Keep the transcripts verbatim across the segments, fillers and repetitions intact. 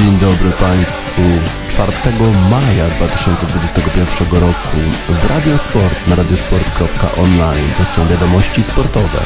Dzień dobry Państwu. czwartego maja dwa tysiące dwudziestego pierwszego roku w Radiosport na radiosport kropka online to są wiadomości sportowe.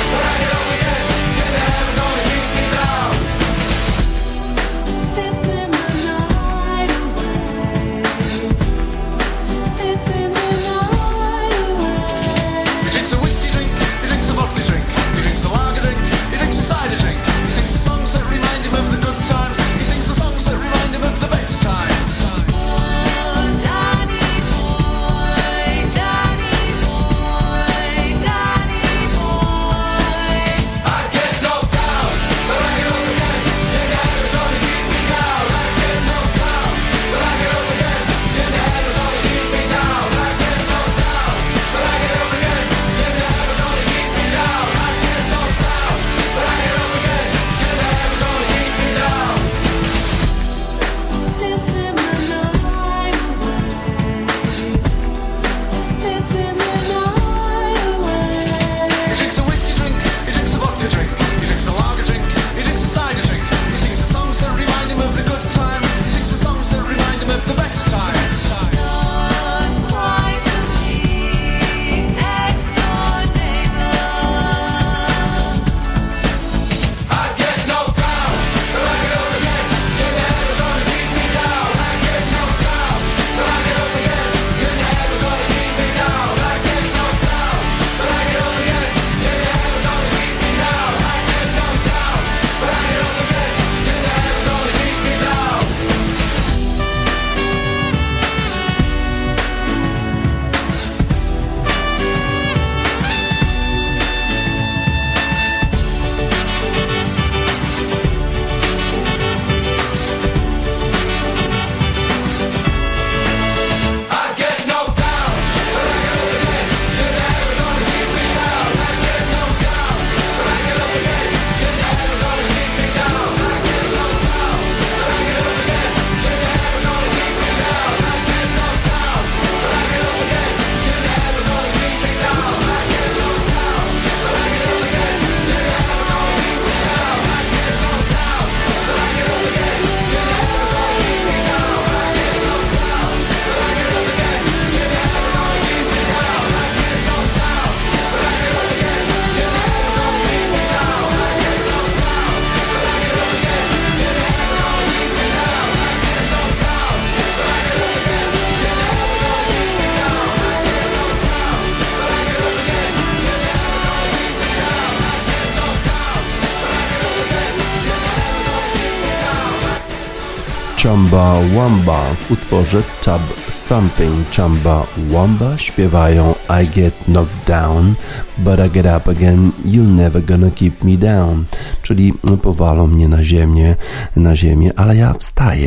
Chamba Wamba w utworze Tub Thumping. Chamba Wamba śpiewają I get knocked down, but I get up again, you're never gonna keep me down. Czyli powalą mnie na ziemię, na ziemię, ale ja wstaję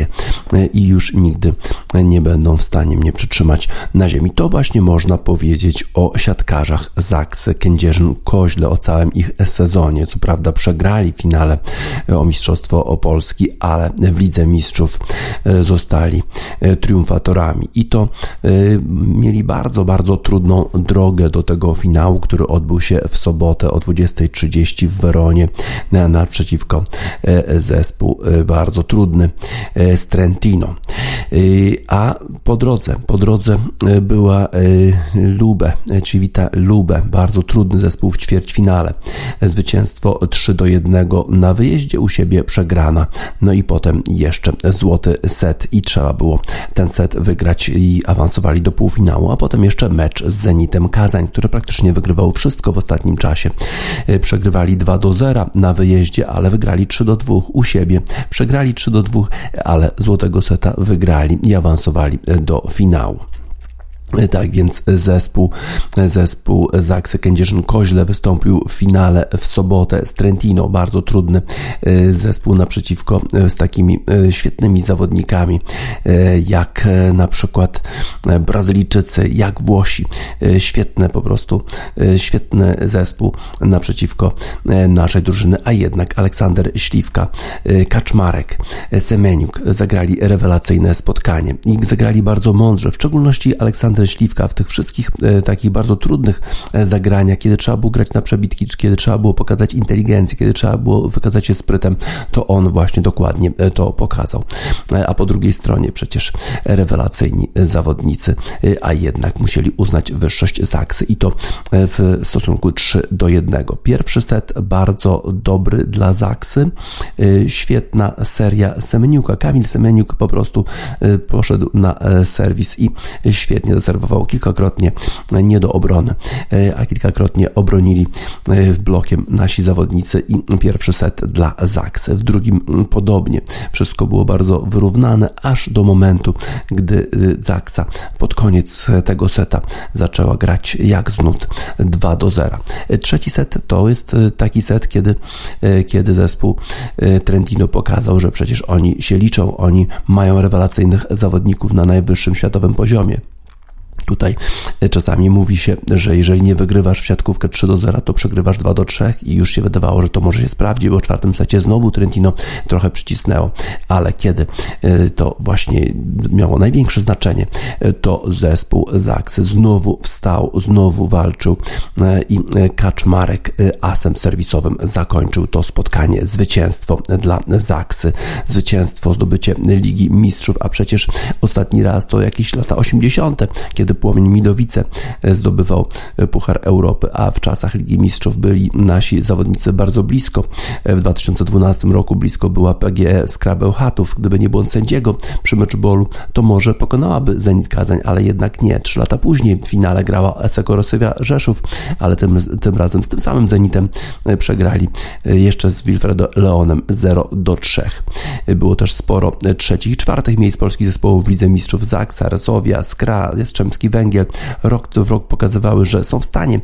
i już nigdy nie będą w stanie mnie przytrzymać na ziemi. To właśnie można powiedzieć o siatkarzach Zakse Kędzierzyn-Koźle, o całym ich sezonie. Co prawda przegrali w finale o Mistrzostwo Opolski, ale w Lidze Mistrzów zostali triumfatorami i to mieli bardzo, bardzo trudną drogę do tego finału, który odbył się w sobotę o dwudziestej trzydzieści w Weronie naprzeciwko zespół bardzo trudny z Trentino. A po drodze, po drodze była Lube, Civita Lube, bardzo trudny zespół w ćwierćfinale. Zwycięstwo trzy do jednego na wyjeździe, u siebie przegrana. No i potem jeszcze złoty set i trzeba było ten set wygrać i awansowali do półfinału, a potem jeszcze mecz z Zenitem Kazań, który praktycznie wygrywał wszystko w ostatnim czasie. Przegrywali dwa do zera na wyjeździe, ale wygrali trzy do dwóch u siebie. Przegrali trzy do dwóch, ale złotego seta wygrali i awansowali do finału. Tak więc zespół, zespół Zakse Kędzierzyn-Koźle wystąpił w finale w sobotę z Trentino. Bardzo trudny zespół naprzeciwko z takimi świetnymi zawodnikami jak na przykład Brazylijczycy, jak Włosi. Świetne po prostu, świetny zespół naprzeciwko naszej drużyny, a jednak Aleksander Śliwka, Kaczmarek, Semeniuk zagrali rewelacyjne spotkanie i zagrali bardzo mądrze, w szczególności Aleksander ten śliwka w tych wszystkich e, takich bardzo trudnych e, zagraniach, kiedy trzeba było grać na przebitki, czy kiedy trzeba było pokazać inteligencję, kiedy trzeba było wykazać się sprytem, to on właśnie dokładnie e, to pokazał. E, a po drugiej stronie przecież rewelacyjni zawodnicy, e, a jednak musieli uznać wyższość Zaksy i to e, w stosunku trzy do jednego. Pierwszy set bardzo dobry dla Zaksy, e, świetna seria Semeniuka. Kamil Semeniuk po prostu e, poszedł na e, serwis i świetnie zaserwował kilkakrotnie nie do obrony, a kilkakrotnie obronili blokiem nasi zawodnicy i pierwszy set dla Zaksy. W drugim podobnie. Wszystko było bardzo wyrównane, aż do momentu, gdy Zaksa pod koniec tego seta zaczęła grać jak z nut dwa do zera. Trzeci set to jest taki set, kiedy, kiedy zespół Trentino pokazał, że przecież oni się liczą, oni mają rewelacyjnych zawodników na najwyższym światowym poziomie. Tutaj czasami mówi się, że jeżeli nie wygrywasz w siatkówkę trzy do zera, to przegrywasz dwa do trzech i już się wydawało, że to może się sprawdzi, bo w czwartym secie znowu Trentino trochę przycisnęło, ale kiedy to właśnie miało największe znaczenie, to zespół Zaksy znowu wstał, znowu walczył i Kaczmarek asem serwisowym zakończył to spotkanie. Zwycięstwo dla Zaksy, zwycięstwo, zdobycie Ligi Mistrzów, a przecież ostatni raz to jakieś lata osiemdziesiąte, kiedy Płomień Midowice zdobywał Puchar Europy, a w czasach Ligi Mistrzów byli nasi zawodnicy bardzo blisko. W dwa tysiące dwunastym roku blisko była P G E Skra Bełchatów. Gdyby nie było sędziego przy meczu to może pokonałaby Zenit Kazań, ale jednak nie. Trzy lata później w finale grała Eseko Rosywia Rzeszów, ale tym, tym razem z tym samym Zenitem przegrali jeszcze z Wilfredo Leonem zero do trzech. Było też sporo trzecich i czwartych miejsc polskich zespołów w Lidze Mistrzów. Zaksa, Resowia, Skra, Jastrzębski Węgiel rok w rok pokazywały, że są w stanie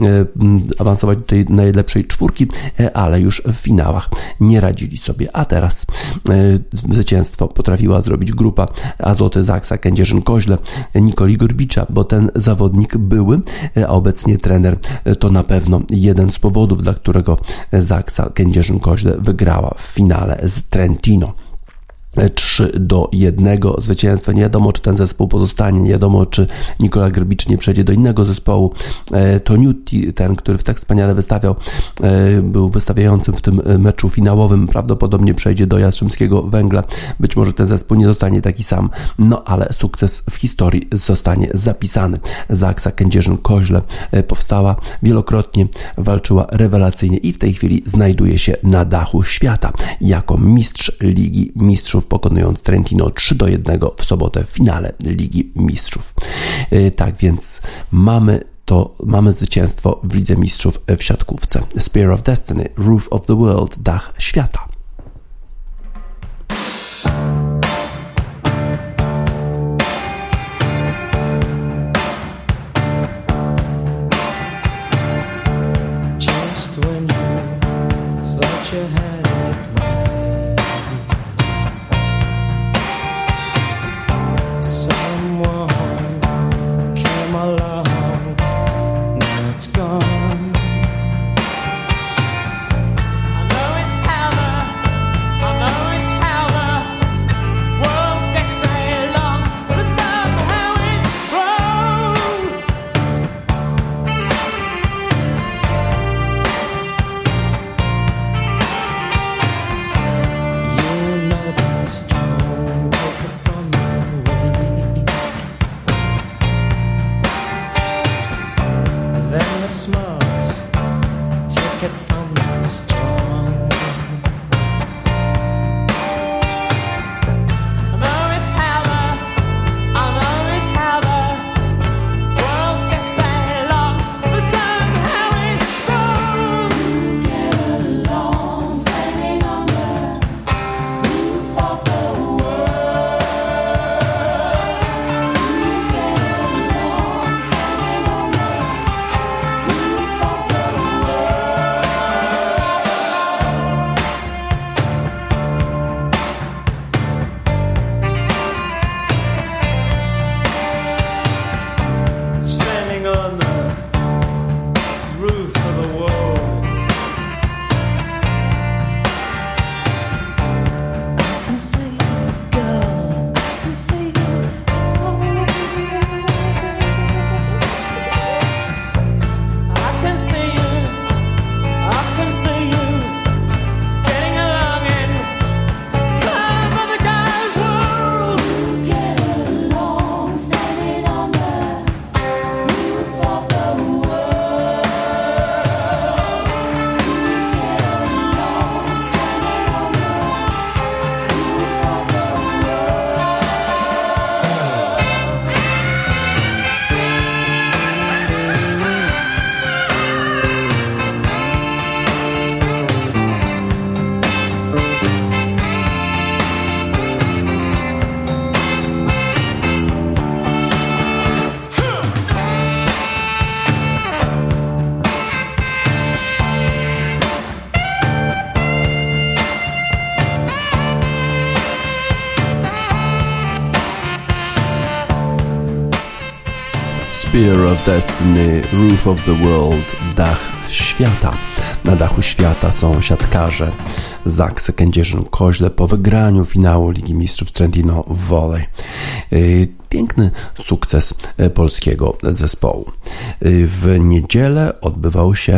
awansować do tej najlepszej czwórki, ale już w finałach nie radzili sobie. A teraz zwycięstwo potrafiła zrobić grupa Azoty, Zaksa, Kędzierzyn-Koźle, Nikoli Gorbicza, bo ten zawodnik były, a obecnie trener to na pewno jeden z powodów, dla którego Zaksa Kędzierzyn-Koźle wygrała w finale z Trentino. trzy do jednego zwycięstwa. Nie wiadomo, czy ten zespół pozostanie, nie wiadomo, czy Nikola Grbicz nie przejdzie do innego zespołu. Toniutti, ten, który tak wspaniale wystawiał, był wystawiającym w tym meczu finałowym, prawdopodobnie przejdzie do Jastrzębskiego Węgla. Być może ten zespół nie zostanie taki sam, no ale sukces w historii zostanie zapisany. Zaksa Kędzierzyn-Koźle powstała wielokrotnie, walczyła rewelacyjnie i w tej chwili znajduje się na dachu świata jako mistrz Ligi Mistrzów, pokonując Trentino trzy do jednego w sobotę w finale Ligi Mistrzów. Tak więc mamy to mamy zwycięstwo w Lidze Mistrzów w siatkówce. Spear of Destiny, Roof of the World, dach świata. Spear of Destiny, Roof of the World, dach świata. Na dachu świata są siatkarze Zaksy Kędzierzyn-Koźle po wygraniu finału Ligi Mistrzów Trentino Volley. Piękny sukces polskiego zespołu. W niedzielę odbywał się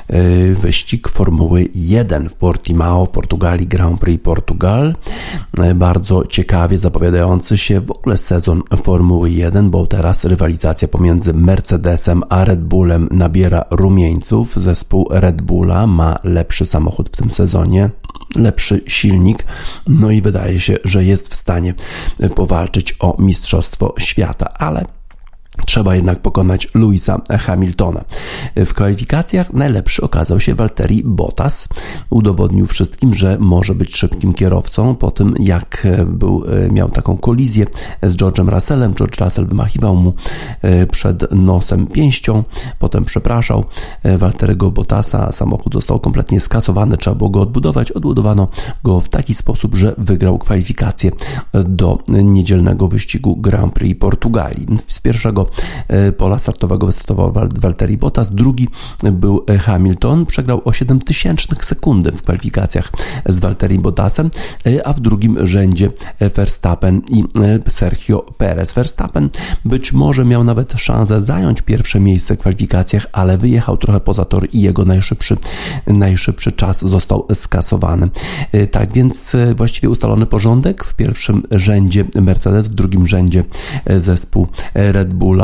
wyścig Formuły jeden w Portimao, Portugalii, Grand Prix Portugal. Bardzo ciekawie zapowiadający się w ogóle sezon Formuły jeden, bo teraz rywalizacja pomiędzy Mercedesem a Red Bullem nabiera rumieńców. Zespół Red Bulla ma lepszy samochód w tym sezonie, lepszy silnik, no i wydaje się, że jest w stanie powalczyć o mistrzostwo świata, ale trzeba jednak pokonać Lewisa Hamiltona. W kwalifikacjach najlepszy okazał się Valtteri Bottas. Udowodnił wszystkim, że może być szybkim kierowcą po tym, jak był, miał taką kolizję z George'em Russellem. George Russell wymachiwał mu przed nosem pięścią, potem przepraszał Valtteriego Bottasa. Samochód został kompletnie skasowany, trzeba było go odbudować. Odbudowano go w taki sposób, że wygrał kwalifikacje do niedzielnego wyścigu Grand Prix Portugalii. Z pierwszego pola startowego wystartował Valtteri Bottas, drugi był Hamilton, przegrał o siedem tysięcznych sekundy w kwalifikacjach z Valtteri Bottasem, a w drugim rzędzie Verstappen i Sergio Perez. Verstappen być może miał nawet szansę zająć pierwsze miejsce w kwalifikacjach, ale wyjechał trochę poza tor i jego najszybszy, najszybszy czas został skasowany. Tak więc właściwie ustalony porządek: w pierwszym rzędzie Mercedes, w drugim rzędzie zespół Red Bulla.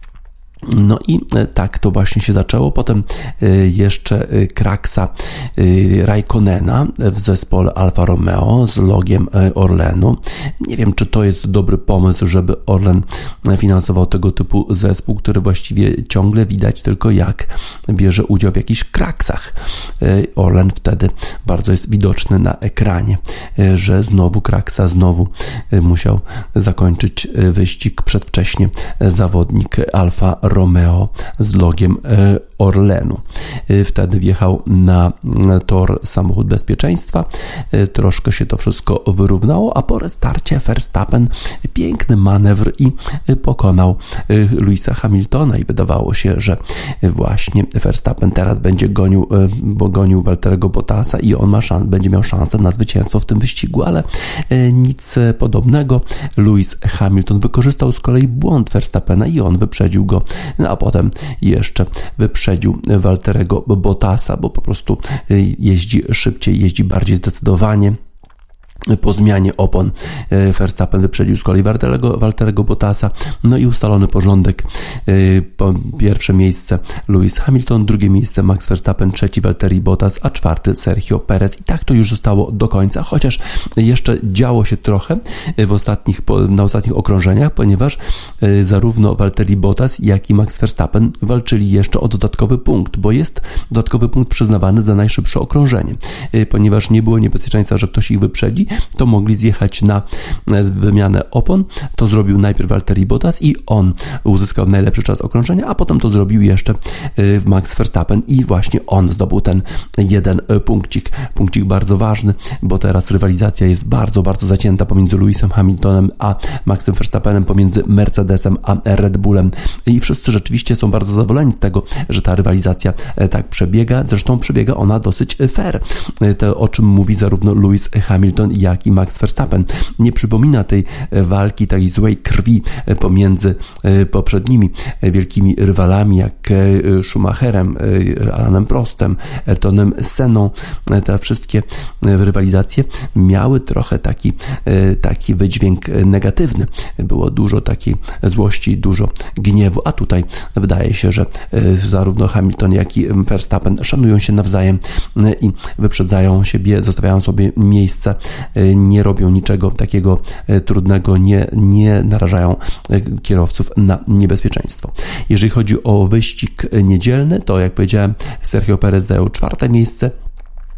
No i tak to właśnie się zaczęło. Potem jeszcze kraksa Raikkonena w zespole Alfa Romeo z logiem Orlenu. Nie wiem, czy to jest dobry pomysł, żeby Orlen finansował tego typu zespół, który właściwie ciągle widać tylko jak bierze udział w jakichś kraksach. Orlen wtedy bardzo jest widoczny na ekranie, że znowu kraksa, znowu musiał zakończyć wyścig przedwcześnie zawodnik Alfa Romeo z logiem Orlenu. Wtedy wjechał na tor samochód bezpieczeństwa. Troszkę się to wszystko wyrównało, a po restarcie Verstappen piękny manewr i pokonał Lewisa Hamiltona i wydawało się, że właśnie Verstappen teraz będzie gonił, bo gonił Valtteriego Bottasa i on ma szans, będzie miał szansę na zwycięstwo w tym wyścigu, ale nic podobnego. Lewis Hamilton wykorzystał z kolei błąd Verstappena i on wyprzedził go, no a potem jeszcze wyprzedził Valtteriego Bottasa, bo po prostu jeździ szybciej, jeździ bardziej zdecydowanie. Po zmianie opon Verstappen wyprzedził z kolei Valtteriego, Valtteriego Bottasa, no i ustalony porządek: po pierwsze miejsce Lewis Hamilton, drugie miejsce Max Verstappen, trzeci Valtteri Bottas, a czwarty Sergio Perez. I tak to już zostało do końca, chociaż jeszcze działo się trochę w ostatnich, na ostatnich okrążeniach, ponieważ zarówno Valtteri Bottas, jak i Max Verstappen walczyli jeszcze o dodatkowy punkt, bo jest dodatkowy punkt przyznawany za najszybsze okrążenie. Ponieważ nie było niebezpieczeństwa, że ktoś ich wyprzedzi, to mogli zjechać na wymianę opon. To zrobił najpierw Valtteri Bottas i on uzyskał najlepszy czas okrążenia, a potem to zrobił jeszcze Max Verstappen i właśnie on zdobył ten jeden punkcik. Punkcik bardzo ważny, bo teraz rywalizacja jest bardzo, bardzo zacięta pomiędzy Lewisem Hamiltonem a Maxem Verstappenem, pomiędzy Mercedesem a Red Bullem i wszyscy rzeczywiście są bardzo zadowoleni z tego, że ta rywalizacja tak przebiega. Zresztą przebiega ona dosyć fair. To, o czym mówi zarówno Lewis Hamilton, jak i Max Verstappen. Nie przypomina tej walki, tej złej krwi pomiędzy poprzednimi wielkimi rywalami, jak Schumacherem, Alanem Prostem, Ayrtonem Senną. Te wszystkie rywalizacje miały trochę taki, taki wydźwięk negatywny. Było dużo takiej złości, dużo gniewu, a tutaj wydaje się, że zarówno Hamilton, jak i Verstappen szanują się nawzajem i wyprzedzają siebie, zostawiają sobie miejsca, nie robią niczego takiego trudnego, nie, nie narażają kierowców na niebezpieczeństwo. Jeżeli chodzi o wyścig niedzielny, to jak powiedziałem, Sergio Perez zajął czwarte miejsce,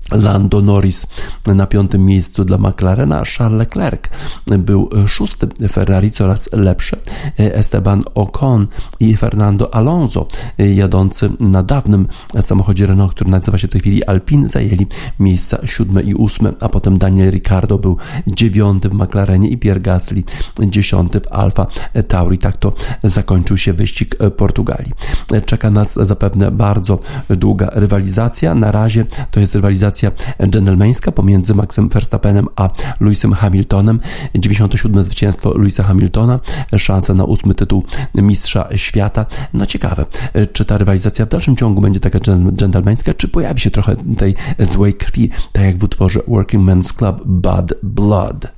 Lando Norris na piątym miejscu dla McLarena, Charles Leclerc był szósty, Ferrari coraz lepsze, Esteban Ocon i Fernando Alonso jadący na dawnym samochodzie Renault, który nazywa się w tej chwili Alpine, zajęli miejsca siódme i ósme, a potem Daniel Ricciardo był dziewiąty w McLarenie i Pierre Gasly dziesiąty w Alfa Tauri. Tak to zakończył się wyścig Portugalii. Czeka nas zapewne bardzo długa rywalizacja. Na razie to jest rywalizacja dżentelmeńska pomiędzy Maxem Verstappenem a Lewisem Hamiltonem. dziewięćdziesiąte siódme zwycięstwo Lewisa Hamiltona, szansa na ósmy tytuł mistrza świata. No ciekawe, czy ta rywalizacja w dalszym ciągu będzie taka dżentelmeńska, czy pojawi się trochę tej złej krwi, tak jak w utworze Working Men's Club Bad Blood.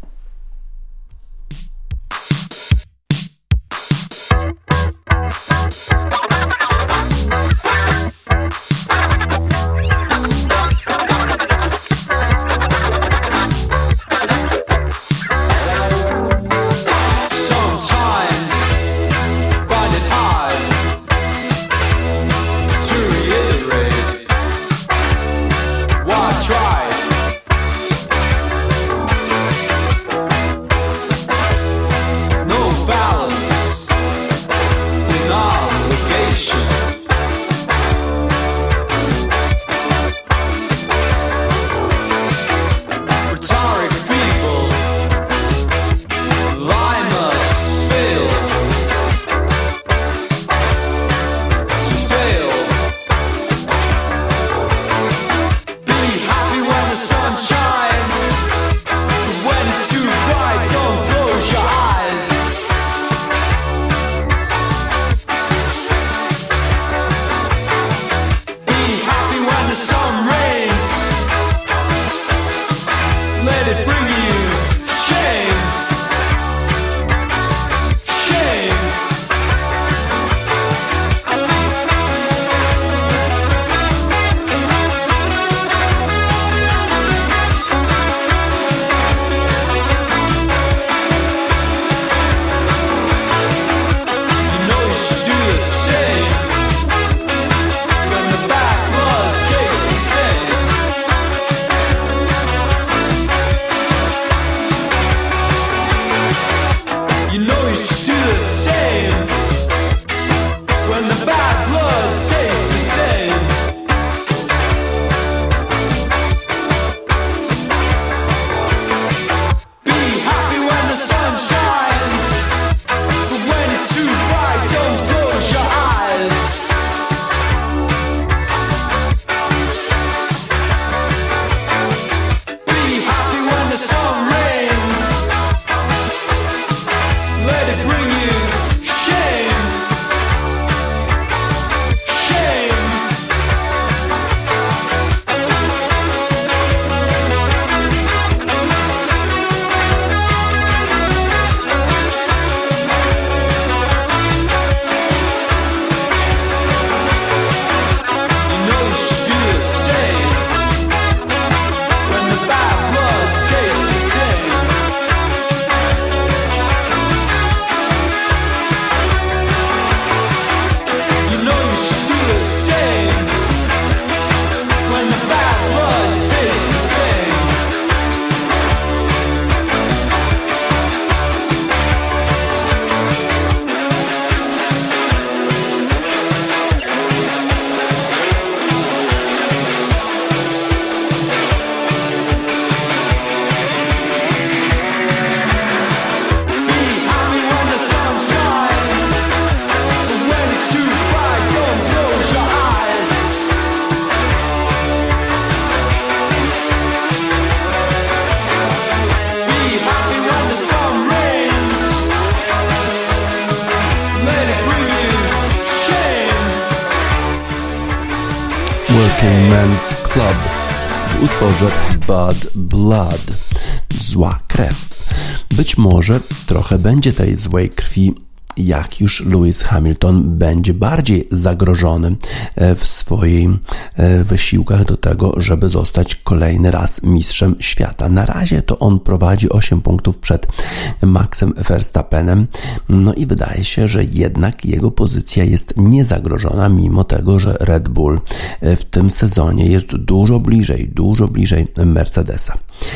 Working Men's Club w utworze Bad Blood, zła krew. Być może trochę będzie tej złej krwi jak już Lewis Hamilton będzie bardziej zagrożony w swoich wysiłkach do tego, żeby zostać kolejny raz mistrzem świata. Na razie to on prowadzi osiem punktów przed Maxem Verstappenem, no i wydaje się, że jednak jego pozycja jest niezagrożona, mimo tego, że Red Bull w tym sezonie jest dużo bliżej, dużo bliżej Mercedesa.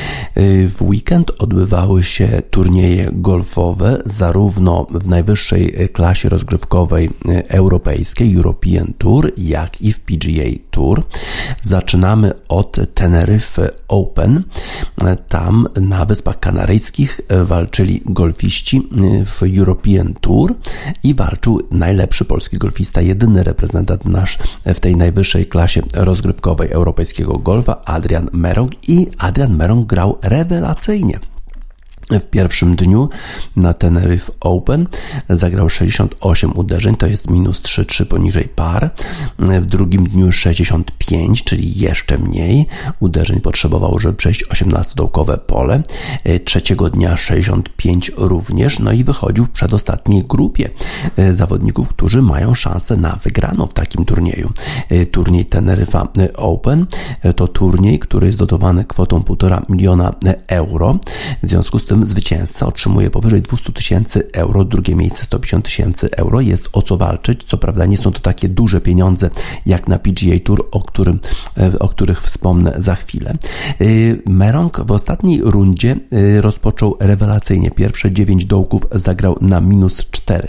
W weekend odbywały się turnieje golfowe, zarówno w najwyższej klasie rozgrywkowej europejskiej, European Tour, jak i w P G A Tour. Zaczynamy od Tenerife Open. Tam na Wyspach Kanaryjskich walczyli golfiści w European Tour i walczył najlepszy polski golfista, jedyny reprezentant nasz w tej najwyższej klasie rozgrywkowej europejskiego golfa, Adrian Meronk, i Adrian Meronk grał rewelacyjnie. W pierwszym dniu na Tenerife Open zagrał sześćdziesiąt osiem uderzeń, to jest minus trzy trzy poniżej par. W drugim dniu sześćdziesiąt pięć, czyli jeszcze mniej uderzeń potrzebował, żeby przejść osiemnastodołkowe pole. Trzeciego dnia sześćdziesiąt pięć również, no i wychodził w przedostatniej grupie zawodników, którzy mają szansę na wygraną w takim turnieju. Turniej Tenerife Open to turniej, który jest dotowany kwotą półtora miliona euro. W związku z tym zwycięzca otrzymuje powyżej dwieście tysięcy euro, drugie miejsce sto pięćdziesiąt tysięcy euro. Jest o co walczyć. Co prawda nie są to takie duże pieniądze jak na P G A Tour, o, którym, o których wspomnę za chwilę. Meronk w ostatniej rundzie rozpoczął rewelacyjnie. Pierwsze dziewięć dołków zagrał na minus cztery.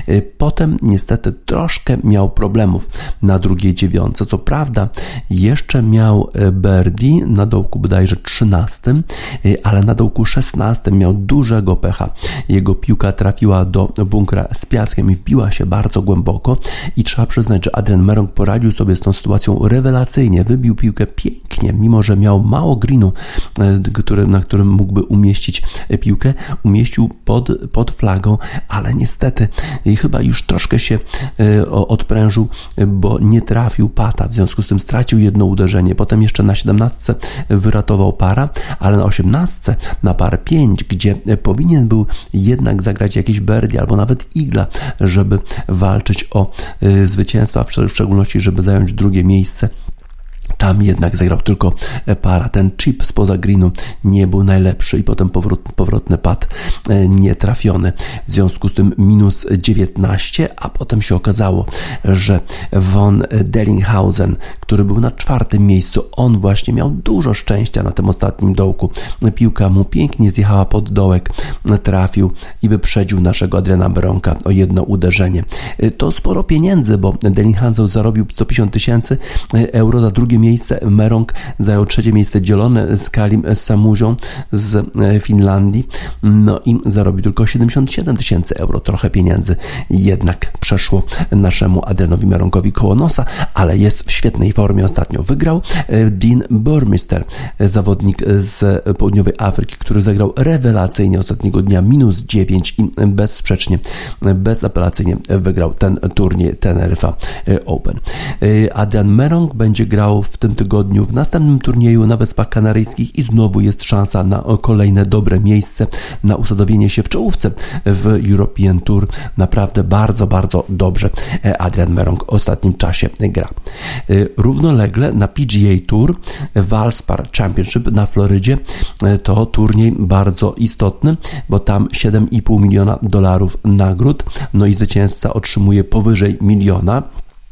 Potem niestety troszkę miał problemów na drugiej dziewiątce. Co prawda jeszcze miał birdie na dołku bodajże trzynastym, ale na dołku szesnastym miał dużego pecha. Jego piłka trafiła do bunkra z piaskiem i wbiła się bardzo głęboko i trzeba przyznać, że Adrian Meronk poradził sobie z tą sytuacją rewelacyjnie. Wybił piłkę pięknie, mimo że miał mało greenu, który, na którym mógłby umieścić piłkę. Umieścił pod, pod flagą, ale niestety chyba już troszkę się odprężył, bo nie trafił pata. W związku z tym stracił jedno uderzenie. Potem jeszcze na siedemnastce wyratował para, ale na osiemnastce na par pięć, gdzie powinien był jednak zagrać jakieś birdie albo nawet igla, żeby walczyć o y, zwycięstwa, w szczególności żeby zająć drugie miejsce. Tam jednak zagrał tylko para. Ten chip spoza greenu nie był najlepszy i potem powrót, powrotny pad nietrafiony. W związku z tym minus dziewiętnaście, a potem się okazało, że von Dellinghausen, który był na czwartym miejscu, on właśnie miał dużo szczęścia na tym ostatnim dołku. Piłka mu pięknie zjechała pod dołek, trafił i wyprzedził naszego Adriana Meronka o jedno uderzenie. To sporo pieniędzy, bo Dellinghausen zarobił sto pięćdziesiąt tysięcy euro, za drugie miejsce Meronk zajął trzecie miejsce dzielone z Kalim Samuzią z Finlandii, no i zarobił tylko siedemdziesiąt siedem tysięcy euro, trochę pieniędzy jednak przeszło naszemu Adrianowi Meronkowi koło nosa, ale jest w świetnej formie. Ostatnio wygrał Dean Burmester, zawodnik z południowej Afryki, który zagrał rewelacyjnie ostatniego dnia, minus dziewięć i bezsprzecznie, bezapelacyjnie wygrał ten turniej Tenerife Open. Adrian Meronk będzie grał w tym tygodniu w następnym turnieju na Wyspach Kanaryjskich i znowu jest szansa na kolejne dobre miejsce, na usadowienie się w czołówce w European Tour. Naprawdę bardzo, bardzo dobrze Adrian Meronk w ostatnim czasie gra. Równolegle na P G A Tour Valspar Championship na Florydzie to turniej bardzo istotny, bo tam siedem i pół miliona dolarów nagród, no i zwycięzca otrzymuje powyżej miliona.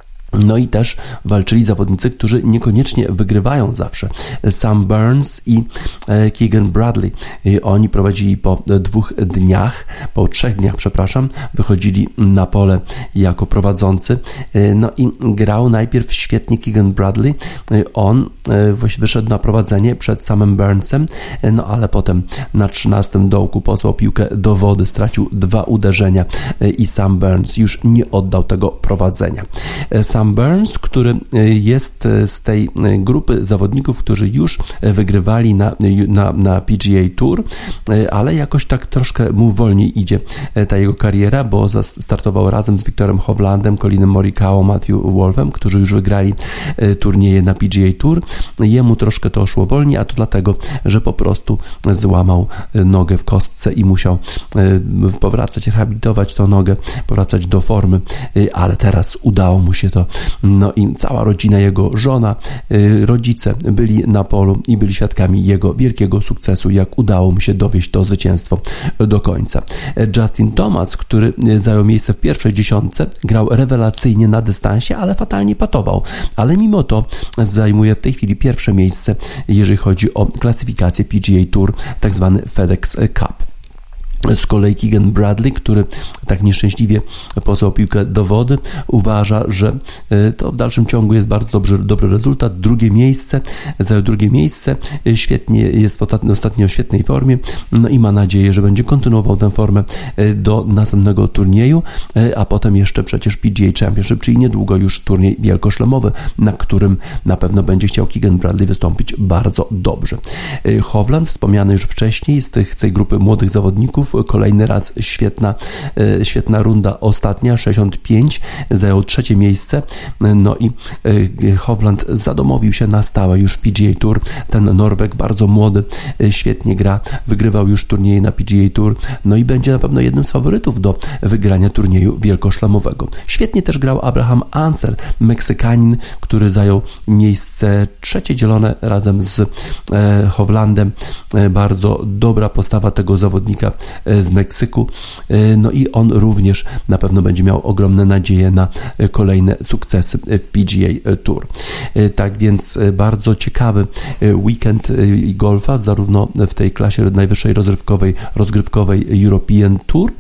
No i też walczyli zawodnicy, którzy niekoniecznie wygrywają zawsze. Sam Burns i Keegan Bradley. Oni prowadzili po dwóch dniach, po trzech dniach, przepraszam, wychodzili na pole jako prowadzący. No i grał najpierw świetnie Keegan Bradley. On wyszedł na prowadzenie przed samym Burnsem, no ale potem na trzynastym dołku posłał piłkę do wody, stracił dwa uderzenia i sam Burns już nie oddał tego prowadzenia. Sam Sam Burns, który jest z tej grupy zawodników, którzy już wygrywali na, na, na P G A Tour, ale jakoś tak troszkę mu wolniej idzie ta jego kariera, bo startował razem z Wiktorem Hovlandem, Collinem Morikawa, Matthew Wolfem, którzy już wygrali turnieje na P G A Tour. Jemu troszkę to szło wolniej, a to dlatego, że po prostu złamał nogę w kostce i musiał powracać, rehabilitować tą nogę, powracać do formy, ale teraz udało mu się to. No i cała rodzina, jego żona, rodzice byli na polu i byli świadkami jego wielkiego sukcesu, jak udało mu się dowieść to zwycięstwo do końca. Justin Thomas, który zajął miejsce w pierwszej dziesiątce, grał rewelacyjnie na dystansie, ale fatalnie patował. Ale mimo to zajmuje w tej chwili pierwsze miejsce, jeżeli chodzi o klasyfikację P G A Tour, tak zwany FedEx Cup. Z kolei Keegan Bradley, który tak nieszczęśliwie posłał piłkę do wody, uważa, że to w dalszym ciągu jest bardzo dobry, dobry rezultat. Drugie miejsce, zajął drugie miejsce, świetnie jest w ostatnio w świetnej formie, no i ma nadzieję, że będzie kontynuował tę formę do następnego turnieju, a potem jeszcze przecież P G A Championship, czyli niedługo już turniej wielkoszlemowy, na którym na pewno będzie chciał Keegan Bradley wystąpić bardzo dobrze. Hovland, wspomniany już wcześniej z tych, tej grupy młodych zawodników, kolejny raz świetna, świetna runda ostatnia, sześćdziesiąt pięć, zajął trzecie miejsce, no i Hovland zadomowił się na stałe już w P G A Tour. Ten Norweg bardzo młody, świetnie gra, wygrywał już turnieje na P G A Tour, no i będzie na pewno jednym z faworytów do wygrania turnieju wielkoszlemowego. Świetnie też grał Abraham Ansel, Meksykanin, który zajął miejsce trzecie, dzielone razem z Hovlandem. Bardzo dobra postawa tego zawodnika z Meksyku, no i on również na pewno będzie miał ogromne nadzieje na kolejne sukcesy w P G A Tour. Tak więc bardzo ciekawy weekend golfa, zarówno w tej klasie najwyższej rozrywkowej, rozgrywkowej European Tour,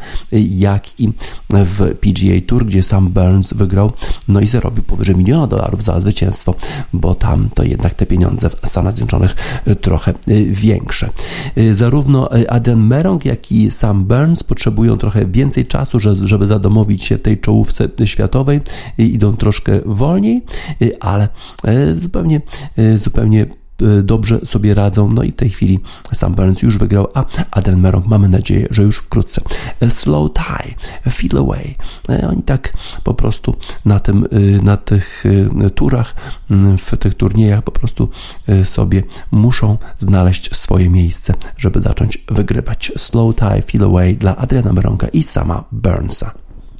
jak i w P G A Tour, gdzie Sam Burns wygrał, no i zarobił powyżej miliona dolarów za zwycięstwo, bo tam to jednak te pieniądze w Stanach Zjednoczonych trochę większe. Zarówno Adrian Meronk, jak i Sam Burns potrzebują trochę więcej czasu, żeby zadomowić się w tej czołówce światowej i idą troszkę wolniej, ale zupełnie, zupełnie dobrze sobie radzą. No i w tej chwili Sam Burns już wygrał, a Adrian Meronk mamy nadzieję, że już wkrótce. Slow Tie, Feel Away. Oni tak po prostu na tym, na tych turach, w tych turniejach po prostu sobie muszą znaleźć swoje miejsce, żeby zacząć wygrywać. Slow Tie, Feel Away dla Adriana Meronka i Sama Burnsa.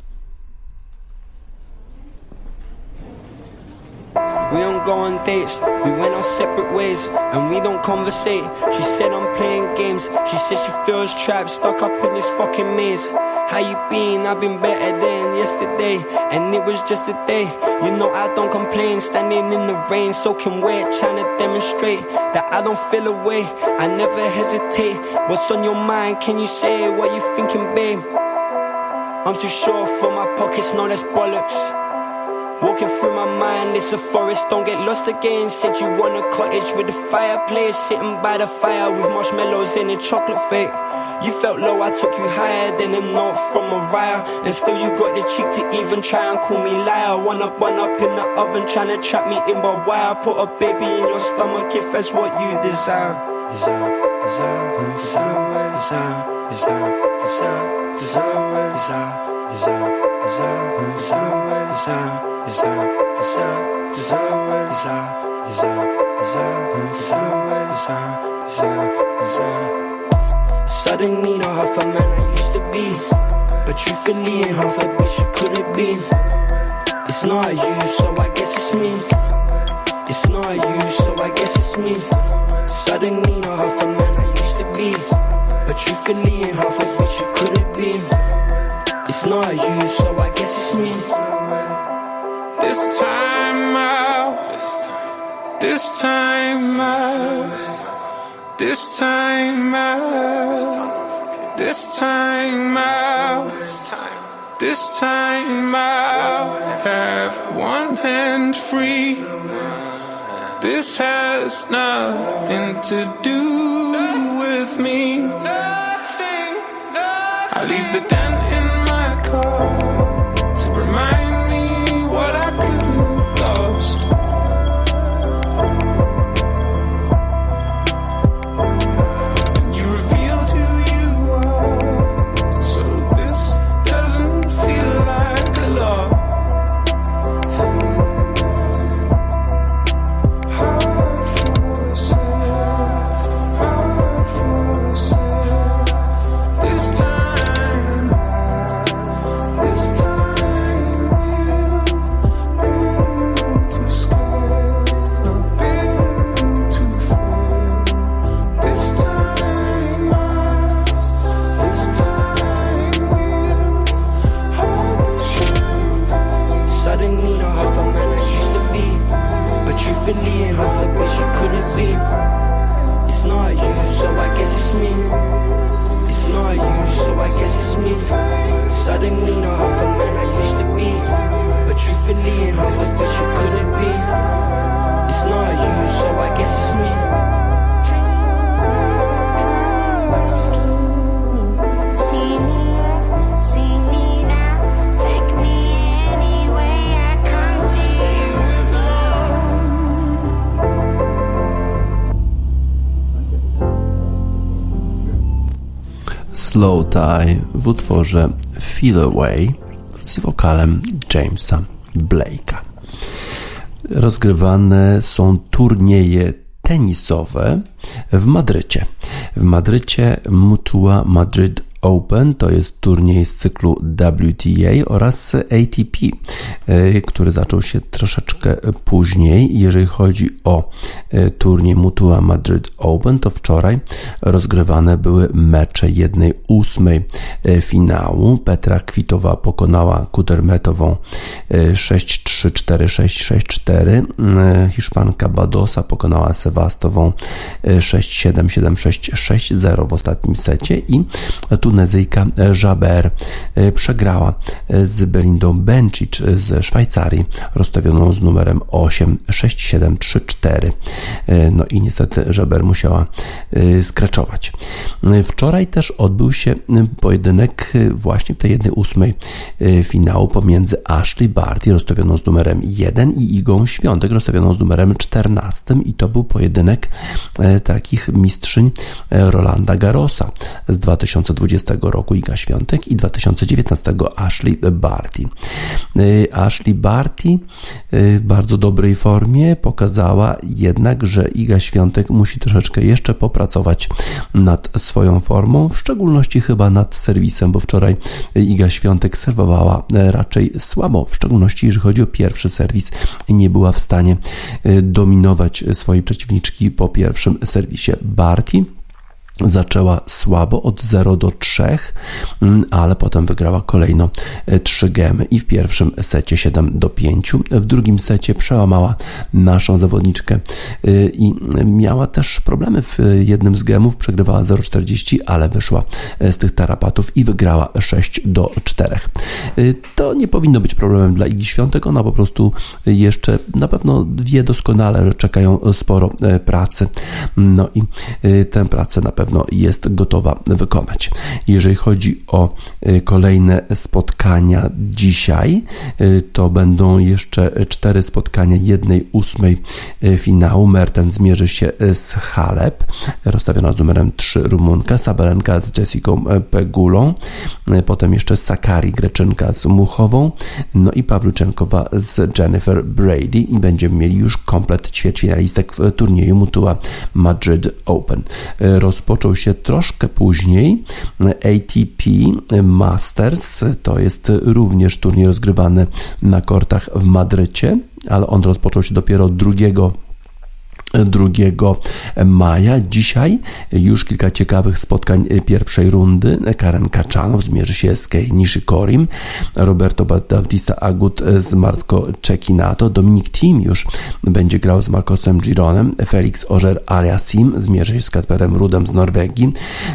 We don't go on dates, we went our separate ways, and we don't conversate. She said I'm playing games, she said she feels trapped, stuck up in this fucking maze. How you been? I've been better than yesterday, and it was just a day. You know I don't complain, standing in the rain, soaking wet, trying to demonstrate that I don't feel away, I never hesitate. What's on your mind? Can you say what you thinking, babe? I'm too short for my pockets, no that's bollocks. Walking through my mind, it's a forest, don't get lost again. Said you want a cottage with a fireplace, sitting by the fire with marshmallows in a chocolate fake. You felt low, I took you higher than a note from Mariah, and still you got the cheek to even try and call me liar. One up, one up in the oven, trying to trap me in by wire. Put a baby in your stomach if that's what you desire. Desire, desire, desire, desire, desire, desire, desire, desire, desire, desire, desire, desire. Desire, desire, desire, desire, desire, desire, desire, desire, desire, desire. Suddenly not half a man I used to be, but truthfully ain't half a bitch you could have been. It's not you, so I guess it's me. It's not you, so I guess it's me. Suddenly not half a man I used to be, but truthfully ain't half a bitch you could have been. It's not you, so I guess it's me. This time out, this time out, this time out, this time out, this time out, have one hand free. This has nothing to do with me. Nothing, nothing. I leave the dent in my car to remind what I couldn't suddenly not half a man I used to be. But truthfully enough, I wish you couldn't be. It's not you, so I guess it's me. Slow Tie w utworze Feel Away z wokalem Jamesa Blake'a. Rozgrywane są turnieje tenisowe w Madrycie. W Madrycie Mutua Madrid Open to jest turniej z cyklu W T A oraz A T P, który zaczął się troszeczkę później. Jeżeli chodzi o turniej Mutua Madrid Open, to wczoraj rozgrywane były mecze jednej ósmej finału. Petra Kvitowa pokonała Kudermetową sześć trzy, cztery sześć, sześć cztery. Hiszpanka Badosa pokonała Sevastową sześć siedem, siedem sześć, sześć zero w ostatnim secie i Tunezyjka Jaber przegrała z Belindą Bencic ze Szwajcarii, rozstawioną z numerem osiem sześć siedem trzy cztery. No i niestety Jaber musiała skraczować. Wczoraj też odbył się pojedynek właśnie w tej jednej ósmej finału pomiędzy Ashley Barty, rozstawioną z numerem jeden, i Igą Świątek, rozstawioną z numerem czternastym, i to był pojedynek takich mistrzyń Rolanda Garrosa z dwa tysiące dwudziestego roku, Iga Świątek, i dwa tysiące dziewiętnastego Ashley Barty. Ashley Barty w bardzo dobrej formie pokazała jednak, że Iga Świątek musi troszeczkę jeszcze popracować nad swoją formą, w szczególności chyba nad serwisem, bo wczoraj Iga Świątek serwowała raczej słabo, w szczególności jeżeli chodzi o pierwszy serwis, nie była w stanie dominować swojej przeciwniczki po pierwszym serwisie. Barty zaczęła słabo od zera do trzech, ale potem wygrała kolejno trzy gemy i w pierwszym secie siedem do pięciu. W drugim secie przełamała naszą zawodniczkę i miała też problemy w jednym z gemów, przegrywała zero czterdzieści, ale wyszła z tych tarapatów i wygrała sześć do czterech. To nie powinno być problemem dla Igi Świątek, ona po prostu jeszcze na pewno wie doskonale, że czekają sporo pracy, no i tę pracę na pewno jest gotowa wykonać. Jeżeli chodzi o kolejne spotkania dzisiaj, to będą jeszcze cztery spotkania jednej ósmej finału. Mertens zmierzy się z Halep, rozstawiona z numerem trzy Rumunka, Sabalenka z Jessicą Pegulą, potem jeszcze Sakari Greczynka z Muchową, no i Pawluczenkowa z Jennifer Brady, i będziemy mieli już komplet ćwierćfinalistek w turnieju Mutua Madrid Open. Rozpoczął się troszkę później A T P Masters, to jest również turniej rozgrywany na kortach w Madrycie, ale on rozpoczął się dopiero drugiego drugiego maja. Dzisiaj już kilka ciekawych spotkań pierwszej rundy. Karen Kaczanow zmierzy się z Kei Nishikorim, Roberto Bautista Agut z Marco Cecchinato, Dominic Thiem już będzie grał z Marcosem Gironem, Felix Auger-Aliassime zmierzy się z Kasperem Rudem z Norwegii,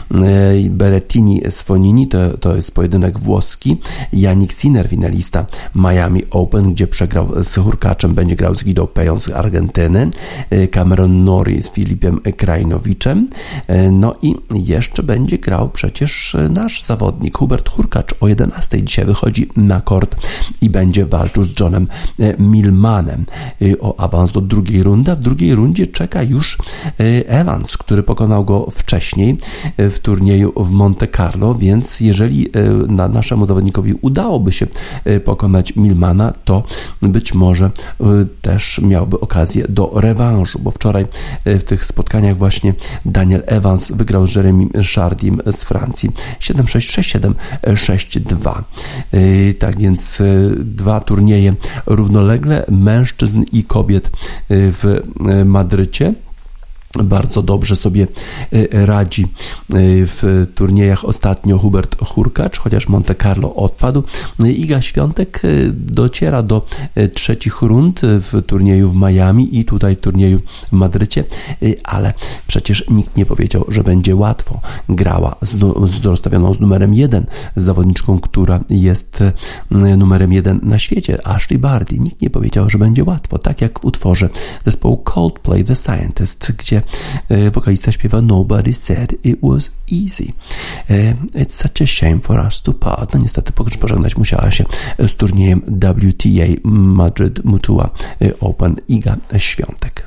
Berrettini z Fonini, to, to jest pojedynek włoski, Jannik Sinner, finalista Miami Open, gdzie przegrał z Hurkaczem, będzie grał z Guido Peją z Argentyny, Cameron Norrie z Filipem Krajnowiczem, no i jeszcze będzie grał przecież nasz zawodnik Hubert Hurkacz. O jedenastej dzisiaj wychodzi na kort i będzie walczył z Johnem Millmanem o awans do drugiej rundy, a w drugiej rundzie czeka już Evans, który pokonał go wcześniej w turnieju w Monte Carlo, więc jeżeli na naszemu zawodnikowi udałoby się pokonać Millmana, to być może też miałby okazję do rewanżu, bo wczoraj w tych spotkaniach właśnie Daniel Evans wygrał z Jeremy Chardym z Francji siedem sześć, sześć siedem, sześć dwa. Tak więc dwa turnieje równolegle mężczyzn i kobiet w Madrycie. Bardzo dobrze sobie radzi w turniejach ostatnio Hubert Hurkacz, chociaż Monte Carlo odpadł. Iga Świątek dociera do trzecich rund w turnieju w Miami i tutaj w turnieju w Madrycie, ale przecież nikt nie powiedział, że będzie łatwo. Grała z, z rozstawioną z numerem jeden, z zawodniczką, która jest numerem jeden na świecie, Ashley Barty. Nikt nie powiedział, że będzie łatwo, tak jak w utworze zespołu Coldplay The Scientist, gdzie wokalista śpiewa Nobody said it was easy. It's such a shame for us to part. No niestety pożegnać musiała się z turniejem W T A Madrid Mutua Open Iga Świątek.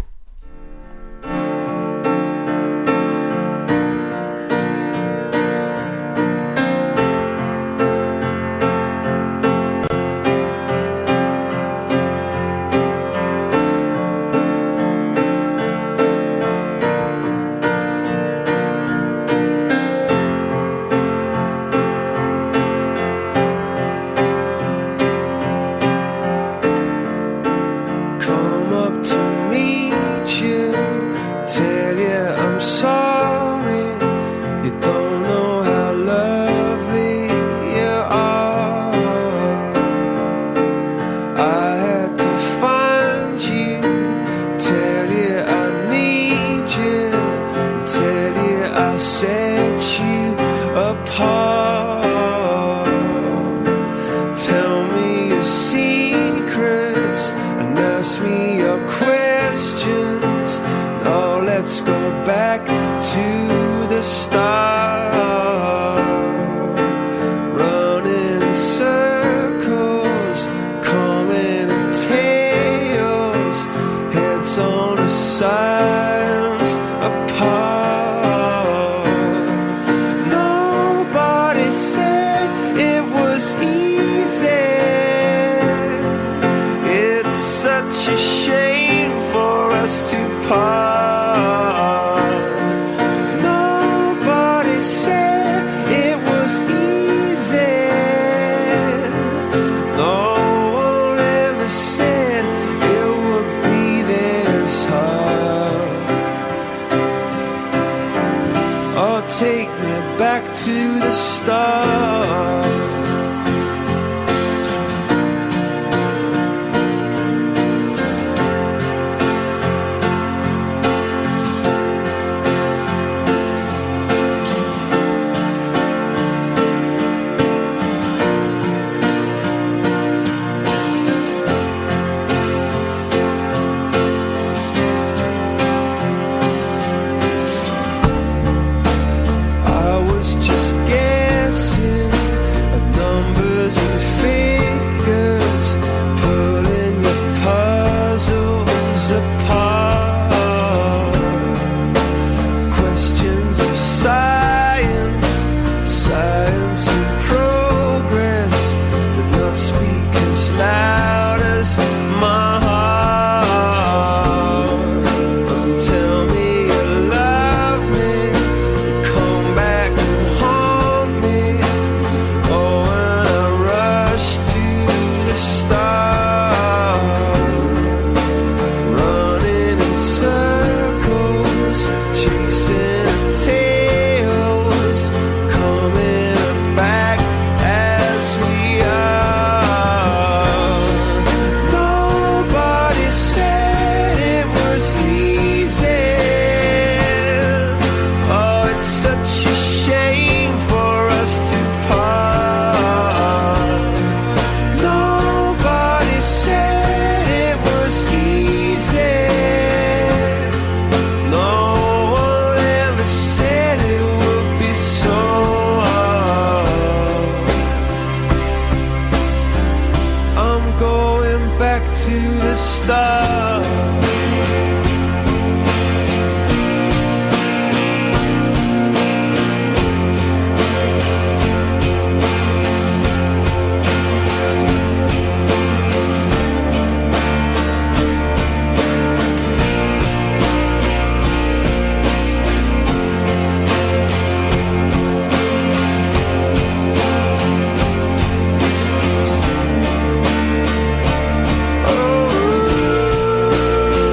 Oh